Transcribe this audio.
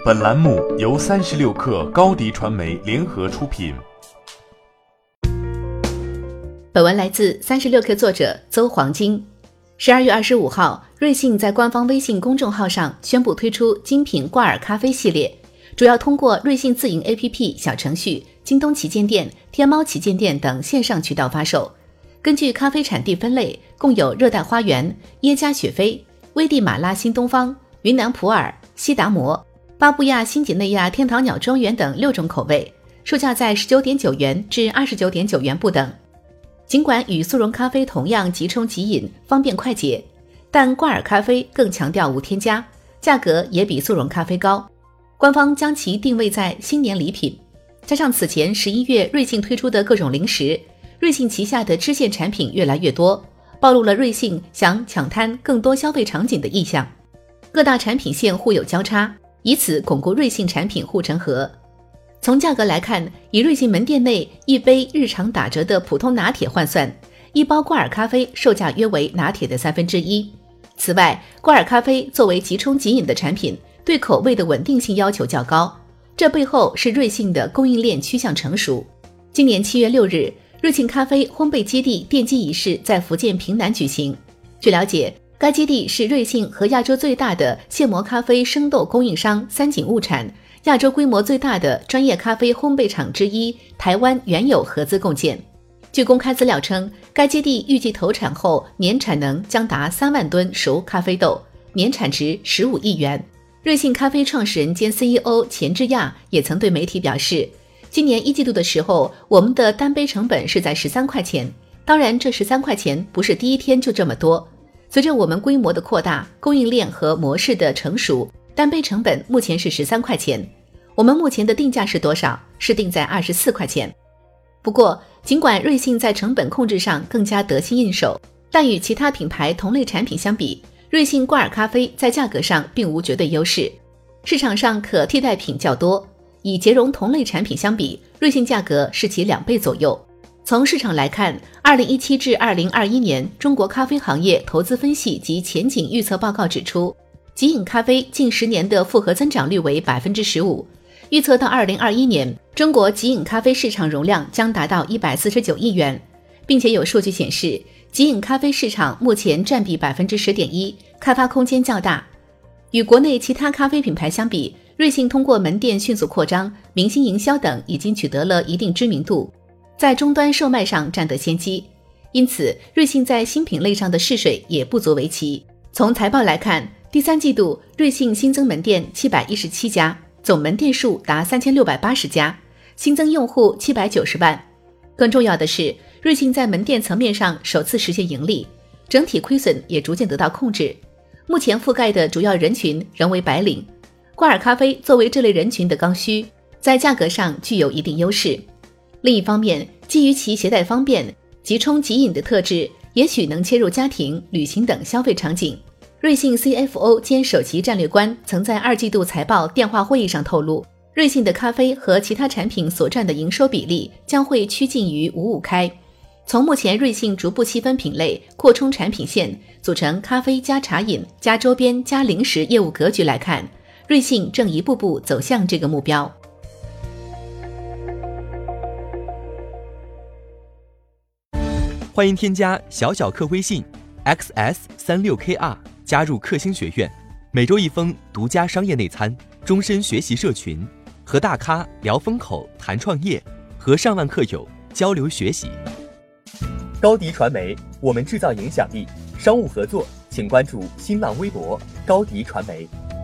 本栏目由36氪高迪传媒联合出品。 本文来自36氪作者邹黄金。12月25号，瑞幸在官方微信公众号上宣布推出精品挂耳咖啡系列，主要通过瑞幸自营 APP 小程序、京东旗舰店、天猫旗舰店等线上渠道发售。根据咖啡产地分类，共有热带花园、耶加雪菲、危地马拉新东方、云南普洱、西达摩、巴布亚新几内亚天堂鸟庄园等6种口味，售价在 19.9 元至 29.9 元不等。尽管与速溶咖啡同样即冲即饮，方便快捷，但挂耳咖啡更强调无添加，价格也比速溶咖啡高。官方将其定位在新年礼品，加上此前11月瑞幸推出的各种零食，瑞幸旗下的支线产品越来越多，暴露了瑞幸想抢滩更多消费场景的意向。各大产品线互有交叉，以此巩固瑞幸产品护城河。从价格来看，以瑞幸门店内一杯日常打折的普通拿铁换算，一包挂耳咖啡售价约为拿铁的1/3。此外，挂耳咖啡作为即冲即饮的产品，对口味的稳定性要求较高，这背后是瑞幸的供应链趋向成熟。今年7月6日，瑞幸咖啡烘焙基地奠基仪式在福建平南举行。据了解，该基地是瑞幸和亚洲最大的现磨咖啡生豆供应商三井物产、亚洲规模最大的专业咖啡烘焙厂之一台湾原有合资共建。据公开资料称，该基地预计投产后年产能将达3万吨熟咖啡豆，年产值15亿元。瑞幸咖啡创始人兼 CEO 钱之亚也曾对媒体表示，今年1季度的时候，我们的单杯成本是在13块钱，当然这13块钱不是第一天就这么多，随着我们规模的扩大，供应链和模式的成熟，单杯成本目前是13块钱，我们目前的定价是多少？是定在24块钱。不过，尽管瑞幸在成本控制上更加得心应手，但与其他品牌同类产品相比，瑞幸挂耳咖啡在价格上并无绝对优势，市场上可替代品较多。以捷荣同类产品相比，瑞幸价格是其2倍左右。从市场来看，2017至2021年中国咖啡行业投资分析及前景预测报告指出，即饮咖啡近10年的复合增长率为 15%， 预测到2021年，中国即饮咖啡市场容量将达到149亿元，并且有数据显示，即饮咖啡市场目前占比 10.1%， 开发空间较大。与国内其他咖啡品牌相比，瑞幸通过门店迅速扩张、明星营销等已经取得了一定知名度，在终端售卖上占得先机，因此瑞幸在新品类上的试水也不足为奇。从财报来看，第3季度瑞幸新增门店717家，总门店数达3680家，新增用户790万。更重要的是，瑞幸在门店层面上首次实现盈利，整体亏损也逐渐得到控制。目前覆盖的主要人群仍为白领，挂耳咖啡作为这类人群的刚需，在价格上具有一定优势。另一方面，基于其携带方便、即冲即饮的特质，也许能切入家庭、旅行等消费场景。瑞幸 CFO 兼首席战略官曾在2季度财报电话会议上透露，瑞幸的咖啡和其他产品所占的营收比例将会趋近于5-5开。从目前瑞幸逐步细分品类、扩充产品线，组成咖啡加茶饮加周边加零食业务格局来看，瑞幸正一步步走向这个目标。 欢迎添加小小客微信 XS36KR 加入克星学院，每周1封独家商业内参，终身学习社群，和大咖聊风口谈创业，和上万客友交流学习。高迪传媒，我们制造影响力。商务合作请关注新浪微博高迪传媒。